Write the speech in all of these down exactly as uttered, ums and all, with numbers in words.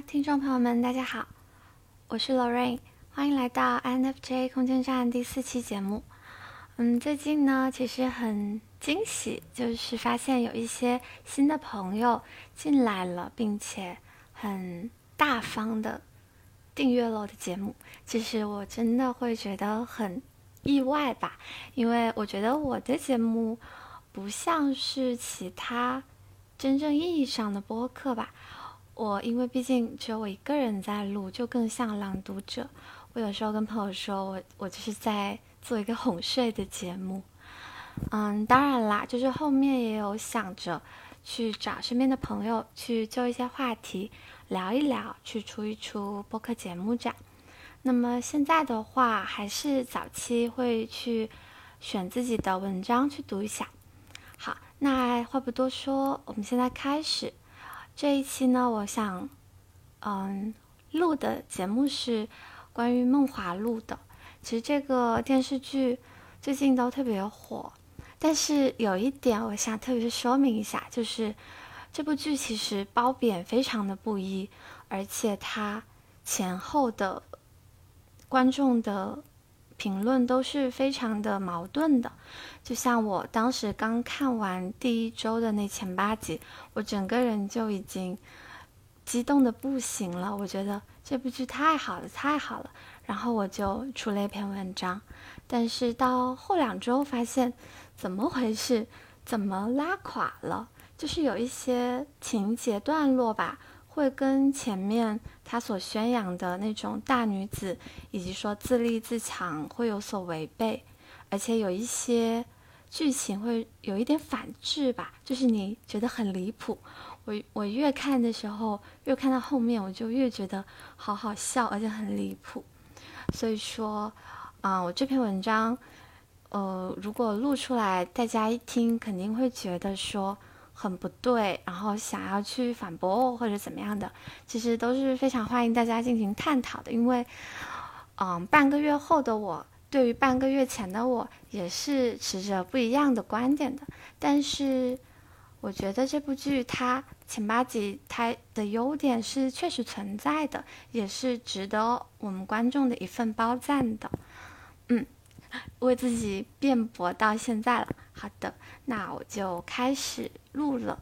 听众朋友们，大家好，我是 Lorraine， 欢迎来到 I N F J 空间站第四期节目。嗯，最近呢，其实很惊喜，就是发现有一些新的朋友进来了，并且很大方的订阅了我的节目。其实我真的会觉得很意外吧，因为我觉得我的节目不像是其他真正意义上的播客吧。我因为毕竟只有我一个人在录，就更像朗读者。我有时候跟朋友说，我我就是在做一个哄睡的节目。嗯，当然啦，就是后面也有想着去找身边的朋友去就一些话题聊一聊，去出一出播客节目这样。那么现在的话，还是早期会去选自己的文章去读一下。好，那话不多说，我们现在开始。这一期呢，我想，嗯，录的节目是关于《梦华录》的。其实这个电视剧最近都特别火，但是有一点我想特别说明一下，就是这部剧其实褒贬非常的不一，而且它前后的观众的评论都是非常的矛盾的。就像我当时刚看完第一周的那前八集，我整个人就已经激动的不行了，我觉得这部剧太好了太好了，然后我就出了一篇文章。但是到后两周发现怎么回事，怎么拉垮了，就是有一些情节段落吧，会跟前面他所宣扬的那种大女子以及说自立自强会有所违背，而且有一些剧情会有一点反制吧，就是你觉得很离谱。我我越看的时候，越看到后面，我就越觉得好好笑，而且很离谱。所以说，啊、呃，我这篇文章，呃，如果录出来，大家一听肯定会觉得说很不对，然后想要去反驳我或者怎么样的，其实都是非常欢迎大家进行探讨的。因为，嗯、呃，半个月后的我，对于半个月前的我，也是持着不一样的观点的。但是，我觉得这部剧它前八集它的优点是确实存在的，也是值得我们观众的一份褒赞的。嗯，为自己辩驳到现在了。好的，那我就开始录了。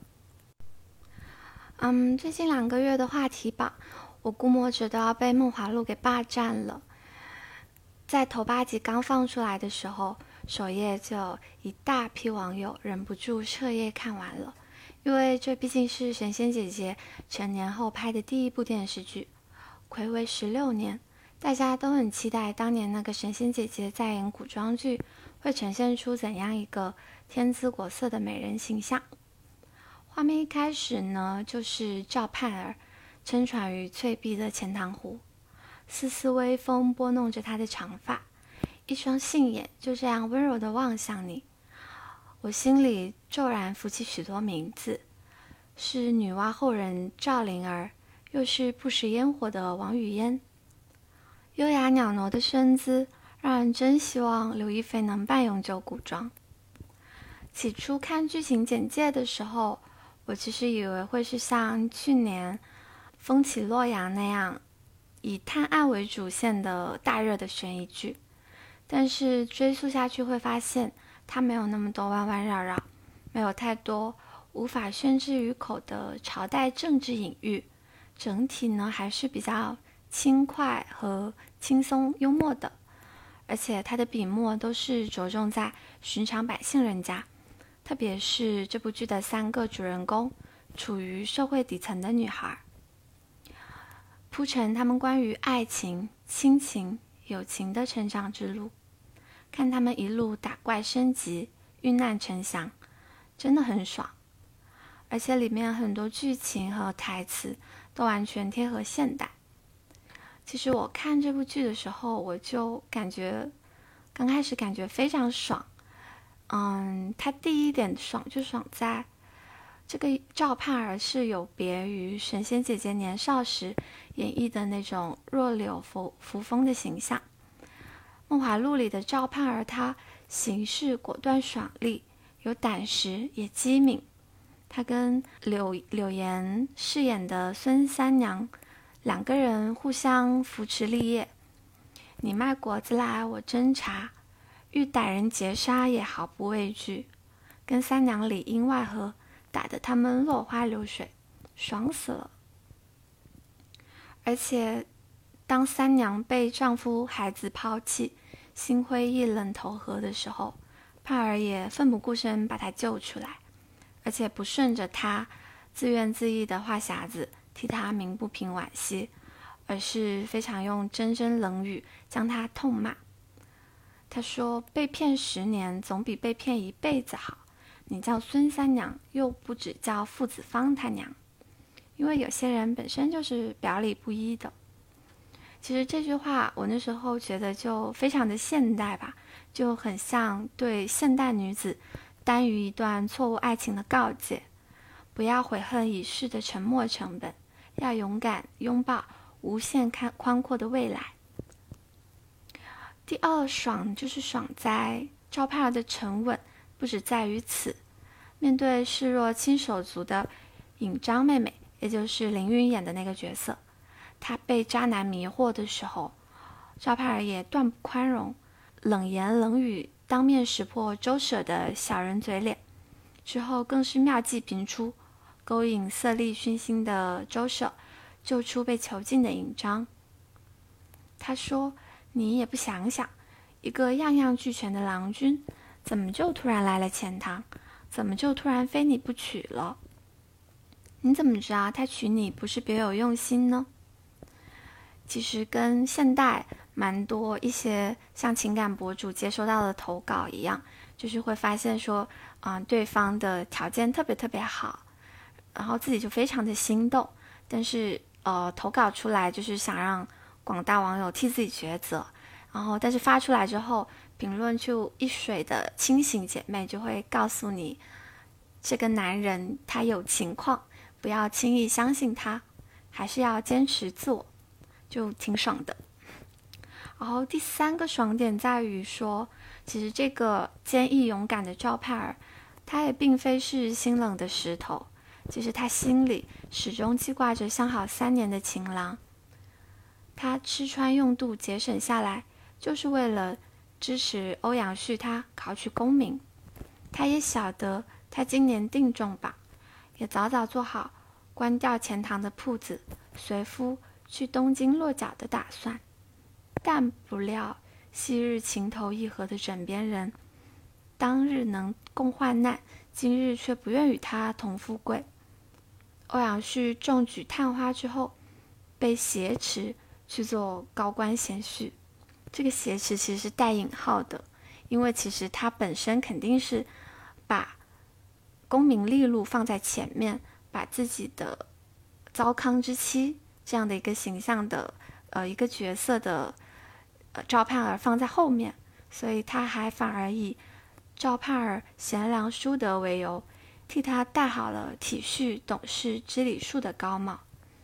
嗯，最近两个月的话题榜，我估摸着都要被《梦华录》给霸占了。在头八集刚放出来的时候，首页就有一大批网友忍不住彻夜看完了，因为这毕竟是神仙姐姐成年后拍的第一部电视剧，睽违十六年，大家都很期待当年那个神仙姐姐在演古装剧会呈现出怎样一个天姿国色的美人形象。画面一开始呢，就是赵盼儿撑船于翠碧的钱塘湖，丝丝微风拨弄着她的长发，一双杏眼就这样温柔地望向你。我心里骤然浮起许多名字，是女娲后人赵灵儿，又是不食烟火的王语嫣。优雅袅娜的身姿，让人真希望刘亦菲能扮永久古装。起初看剧情简介的时候，我其实以为会是像去年《风起洛阳》那样以探案为主线的大热的悬疑剧，但是追溯下去会发现它没有那么多弯弯绕绕，没有太多无法宣之于口的朝代政治隐喻，整体呢还是比较轻快和轻松幽默的，而且它的笔墨都是着重在寻常百姓人家，特别是这部剧的三个主人公处于社会底层的女孩，铺陈他们关于爱情、亲情、友情的成长之路，看他们一路打怪升级、遇难成祥，真的很爽。而且里面很多剧情和台词都完全贴合现代。其实我看这部剧的时候，我就感觉刚开始感觉非常爽。嗯，它第一点爽就爽在这个赵盼儿是有别于神仙姐姐年少时演绎的那种弱柳扶扶风的形象。梦华录里的赵盼儿，她行事果断爽利，有胆识也机敏。她跟柳柳岩饰演的孙三娘两个人互相扶持立业。你卖果子来，我侦查，欲逮人劫杀也毫不畏惧，跟三娘里应外合，打得他们落花流水，爽死了。而且当三娘被丈夫孩子抛弃，心灰意冷投河的时候，帕尔也奋不顾身把她救出来，而且不顺着她自怨自艾的话匣子替她鸣不平惋惜，而是非常用铮铮冷语将她痛骂。他说，被骗十年总比被骗一辈子好，你叫孙三娘又不只叫父子方他娘，因为有些人本身就是表里不一的。其实这句话我那时候觉得就非常的现代吧，就很像对现代女子耽于一段错误爱情的告诫，不要悔恨已逝的沉没成本，要勇敢拥抱无限宽阔的未来。第二爽就是爽在赵盼儿的沉稳，不只在于此。面对视若亲手足的尹张妹妹，也就是林允演的那个角色，她被渣男迷惑的时候，赵盼儿也断不宽容，冷言冷语当面识破周舍的小人嘴脸，之后更是妙计频出，勾引色厉熏心的周舍，救出被囚禁的尹章。他说，你也不想想，一个样样俱全的郎君，怎么就突然来了钱塘？怎么就突然非你不娶了？你怎么知道他娶你不是别有用心呢？其实跟现代蛮多一些像情感博主接收到的投稿一样，就是会发现说，嗯、呃，对方的条件特别特别好，然后自己就非常的心动，但是呃，投稿出来就是想让广大网友替自己抉择，然后但是发出来之后，评论就一水的清醒姐妹就会告诉你，这个男人他有情况，不要轻易相信他，还是要坚持自我，就挺爽的。然后第三个爽点在于说，其实这个坚毅勇敢的赵盼儿，他也并非是心冷的石头，其实他心里始终记挂着相好三年的情郎。他吃穿用度节省下来，就是为了支持欧阳旭他考取功名。他也晓得他今年定中榜，也早早做好关掉钱塘的铺子，随夫去东京落脚的打算。但不料昔日情投意合的枕边人，当日能共患难，今日却不愿与他同富贵。欧阳旭中举探花之后，被挟持去做高官贤婿，这个挟持其实是带引号的，因为其实他本身肯定是把功名利禄放在前面，把自己的糟糠之妻这样的一个形象的呃一个角色的呃赵盼儿放在后面，所以他还反而以赵盼儿贤良淑德为由，替他戴好了体恤懂事知礼数的高帽，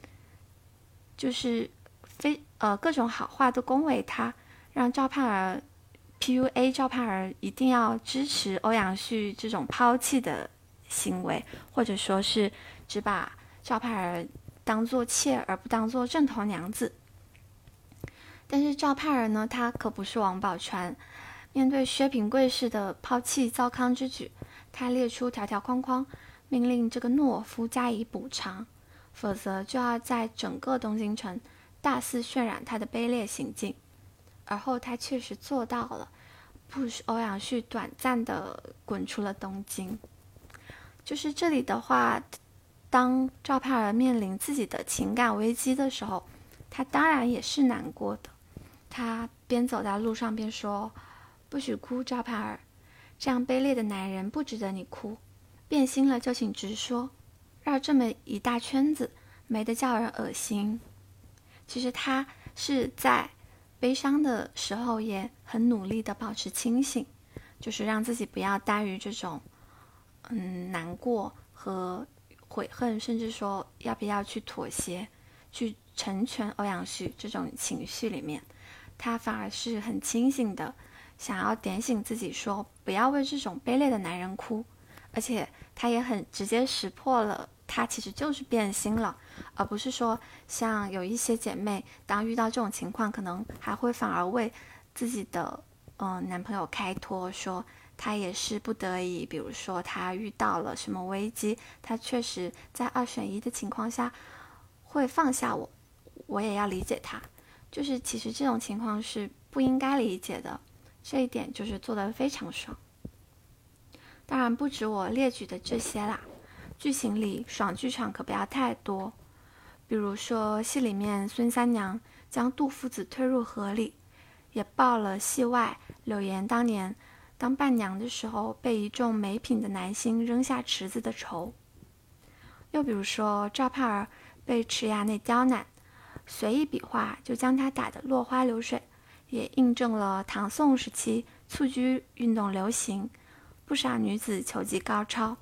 就是非呃各种好话都恭维他，让赵盼儿 P U A 赵盼儿一定要支持欧阳旭这种抛弃的行为，或者说是只把赵盼儿当作妾而不当作正头娘子。但是赵盼儿呢，她可不是王宝钏，面对薛平贵式的抛弃糟糠之举，她列出条条框框，命令这个懦夫加以补偿，否则就要在整个东京城大肆渲染他的卑劣行径。而后他确实做到了，不使欧阳旭短暂的滚出了东京。就是这里的话，当赵盼儿面临自己的情感危机的时候，他当然也是难过的。他边走在路上边说，不许哭，赵盼儿，这样卑劣的男人不值得你哭，变心了就请直说，绕这么一大圈子没得叫人恶心。其实他是在悲伤的时候也很努力的保持清醒，就是让自己不要耽于这种嗯难过和悔恨，甚至说要不要去妥协去成全欧阳旭这种情绪里面，他反而是很清醒的想要点醒自己说，不要为这种卑劣的男人哭。而且他也很直接识破了他其实就是变心了， 而不是说像有一些姐妹当遇到这种情况，可能还会反而为自己的嗯、呃、男朋友开脱，说他也是不得已，比如说他遇到了什么危机，他确实在二选一的情况下会放下我，我也要理解他。就是其实这种情况是不应该理解的，这一点就是做得非常爽。当然不止我列举的这些啦，剧情里爽剧场可不要太多。比如说戏里面孙三娘将杜夫子推入河里，也报了戏外柳岩当年当伴娘的时候被一众没品的男星扔下池子的仇。又比如说赵盼儿被池衙内刁难，随意笔画就将他打得落花流水，也印证了唐宋时期蹴鞠运动流行，不少女子求技高超。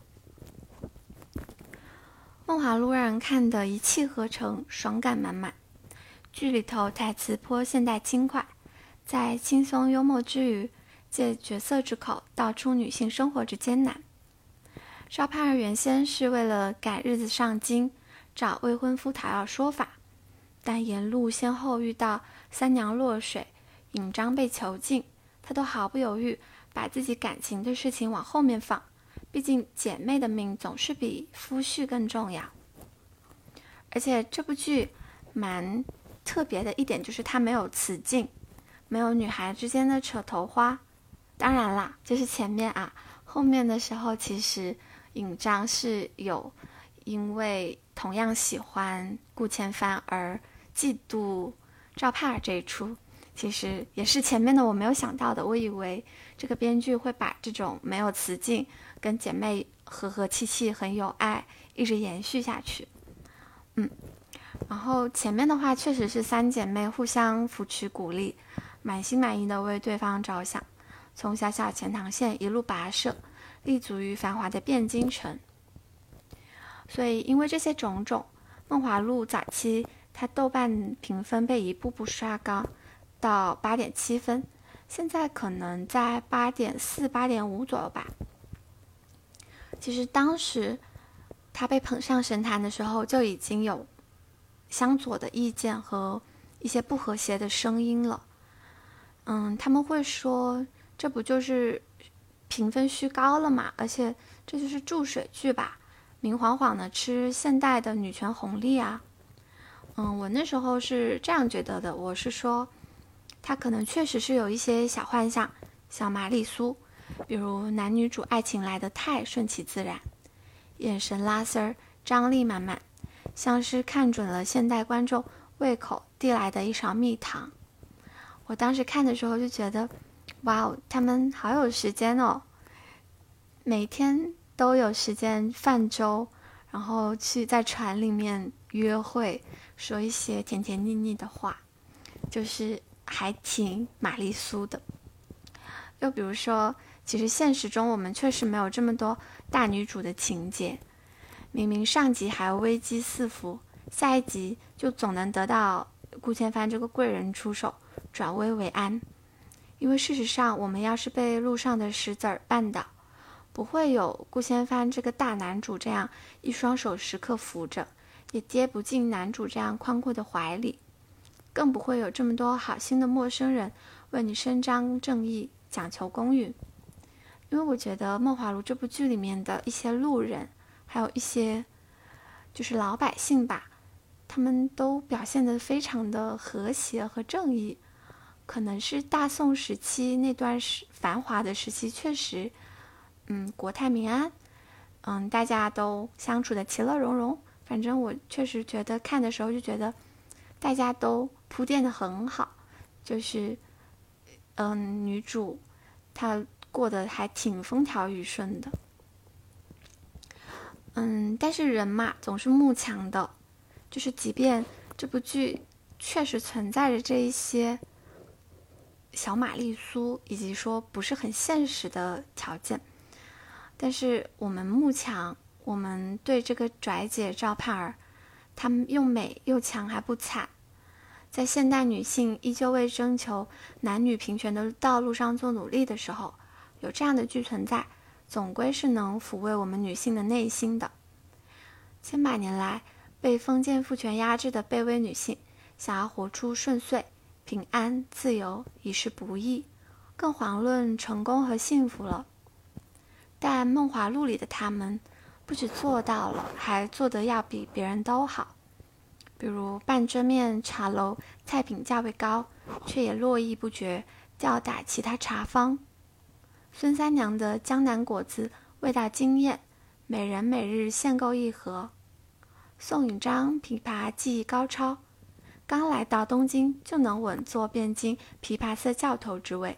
梦华录让人看得一气呵成，爽感满满。剧里头台词颇现代轻快，在轻松幽默之余，借角色之口道出女性生活之艰难。赵盼儿原先是为了赶日子上京，找未婚夫讨要说法，但沿路先后遇到三娘落水、尹章被囚禁，她都毫不犹豫把自己感情的事情往后面放，毕竟姐妹的命总是比夫婿更重要。而且这部剧蛮特别的一点就是它没有雌竞，没有女孩之间的扯头花。当然啦，这是前面啊，后面的时候其实尹章是有因为同样喜欢顾千帆而嫉妒赵盼儿这一出，其实也是前面的我没有想到的。我以为这个编剧会把这种没有雌竞跟姐妹和和气气很有爱一直延续下去。嗯，然后前面的话确实是三姐妹互相扶持鼓励，满心满意的为对方着想，从小小钱塘县一路跋涉，立足于繁华的汴京城。所以因为这些种种，梦华录早期它豆瓣评分被一步步刷高到 八点七 分，现在可能在 八点四、八点五 左右吧。其实当时他被捧上神坛的时候，就已经有相左的意见和一些不和谐的声音了。嗯，他们会说这不就是评分虚高了嘛，而且这就是注水剧吧，明晃晃的吃现代的女权红利啊。嗯，我那时候是这样觉得的，我是说他可能确实是有一些小幻象，像玛丽苏，比如男女主爱情来得太顺其自然，眼神拉丝儿，张力满满，像是看准了现代观众胃口递来的一勺蜜糖。我当时看的时候就觉得，哇哦，他们好有时间哦，每天都有时间泛舟，然后去在船里面约会，说一些甜甜腻腻的话，就是还挺玛丽苏的。又比如说，其实现实中我们确实没有这么多大女主的情节，明明上集还危机四伏，下一集就总能得到顾千帆这个贵人出手，转危为安。因为事实上我们要是被路上的石子儿绊倒，不会有顾千帆这个大男主这样一双手时刻扶着，也跌不进男主这样宽阔的怀里，更不会有这么多好心的陌生人为你伸张正义，讲求公允。因为我觉得《梦华录》这部剧里面的一些路人，还有一些就是老百姓吧，他们都表现得非常的和谐和正义。可能是大宋时期那段时繁华的时期，确实嗯国泰民安，嗯大家都相处的其乐融融。反正我确实觉得看的时候就觉得大家都铺垫的很好，就是嗯女主她过得还挺风调雨顺的。嗯，但是人嘛总是慕强的，就是即便这部剧确实存在着这一些小玛丽苏，以及说不是很现实的条件，但是我们慕强，我们对这个拽姐赵盼儿，她们又美又强还不惨，在现代女性依旧为征求男女平权的道路上做努力的时候，有这样的剧存在，总归是能抚慰我们女性的内心的。千百年来， 被封建父权压制的卑微女性，想要活出顺遂、平安、自由，已是不易，更遑论成功和幸福了。但《梦华录》里的她们，不只做到了，还做得要比别人都好。比如半遮面茶楼菜品价位高，却也络绎不绝吊打其他茶坊。孙三娘的江南果子味道惊艳，每人每日限购一盒。宋引章琵琶技艺高超，刚来到东京就能稳坐汴京琵琶社教头之位。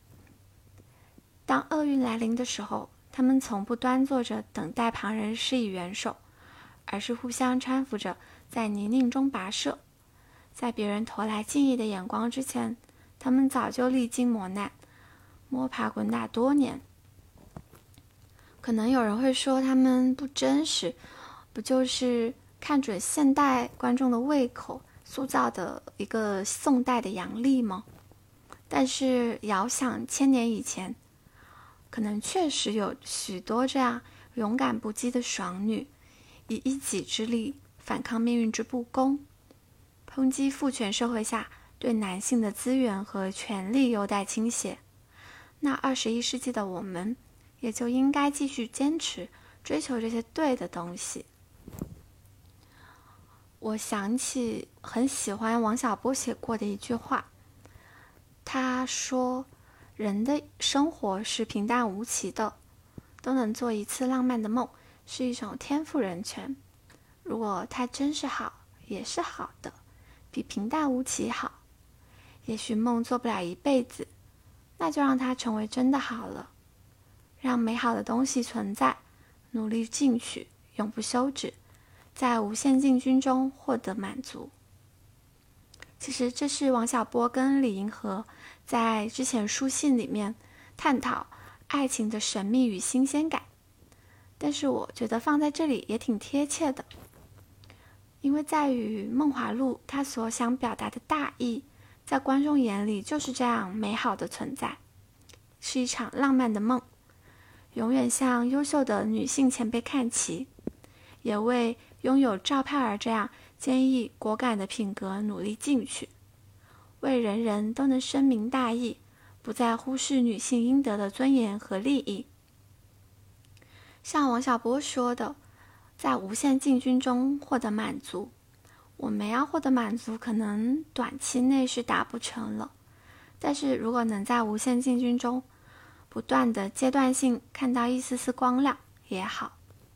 当厄运来临的时候，他们从不端坐着等待旁人施以援手，而是互相搀扶着在泥泞中跋涉。在别人投来敬意的眼光之前，他们早就历经磨难，摸爬滚打多年。可能有人会说他们不真实，不就是看准现代观众的胃口塑造的一个宋代的杨丽吗？但是遥想千年以前，可能确实有许多这样勇敢不羁的爽女，以一己之力反抗命运之不公，抨击父权社会下对男性的资源和权力优待倾斜。那二十一世纪的我们，也就应该继续坚持追求这些对的东西。我想起很喜欢王小波写过的一句话，他说人的生活是平淡无奇的，都能做一次浪漫的梦，是一种天赋人权。如果它真是好，也是好的，比平淡无奇好。也许梦做不了一辈子，那就让它成为真的好了。让美好的东西存在，努力进取，永不休止，在无限进军中获得满足。其实这是王小波跟李银河在之前书信里面探讨爱情的神秘与新鲜感，但是我觉得放在这里也挺贴切的，因为在于《梦华录》它所想表达的大意，在观众眼里就是这样美好的存在，是一场浪漫的梦，永远向优秀的女性前辈看齐，也为拥有赵盼儿这样坚毅果敢的品格努力进取，为人人都能深明大义，不再忽视女性应得的尊严和利益。像王小波说的，在无限进军中获得满足，我们要获得满足，可能短期内是达不成了，但是如果能在无限进军中不断的阶段性看到一丝丝光亮也好。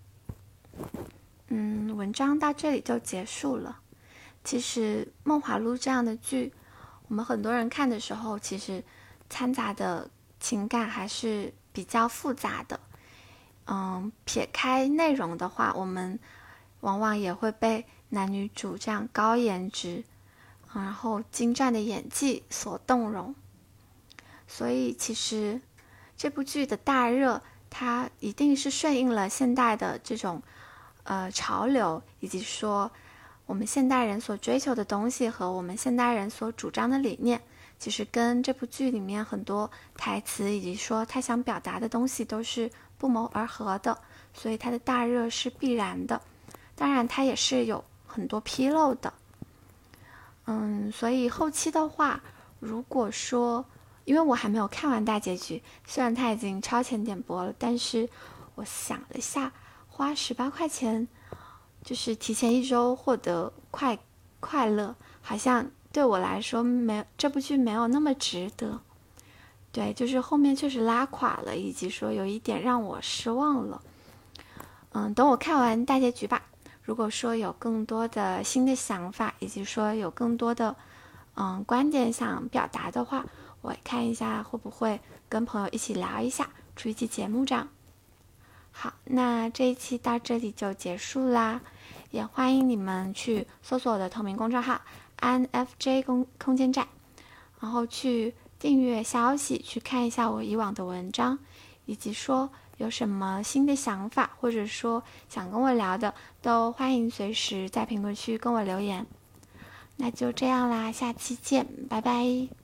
嗯，文章到这里就结束了。其实《梦华录》这样的剧，我们很多人看的时候，其实掺杂的情感还是比较复杂的。嗯，撇开内容的话，我们往往也会被男女主这样高颜值，然后精湛的演技所动容。所以其实这部剧的大热，它一定是顺应了现代的这种呃潮流，以及说我们现代人所追求的东西和我们现代人所主张的理念，其实跟这部剧里面很多台词以及说他想表达的东西都是不谋而合的，所以它的大热是必然的。当然它也是有很多纰漏的。嗯，所以后期的话，如果说因为我还没有看完大结局，虽然它已经超前点播了，但是我想了下，花十八块钱就是提前一周获得快快乐，好像对我来说没这部剧没有那么值得。对，就是后面确实拉垮了，以及说有一点让我失望了。嗯，等我看完大结局吧。如果说有更多的新的想法，以及说有更多的嗯观点想表达的话，我看一下会不会跟朋友一起聊一下，出一期节目这样。好，那这一期到这里就结束啦，也欢迎你们去搜索我的同名公众号 I N F J 空空间站，然后去订阅消息，去看一下我以往的文章，以及说有什么新的想法，或者说想跟我聊的，都欢迎随时在评论区跟我留言。那就这样啦，下期见，拜拜。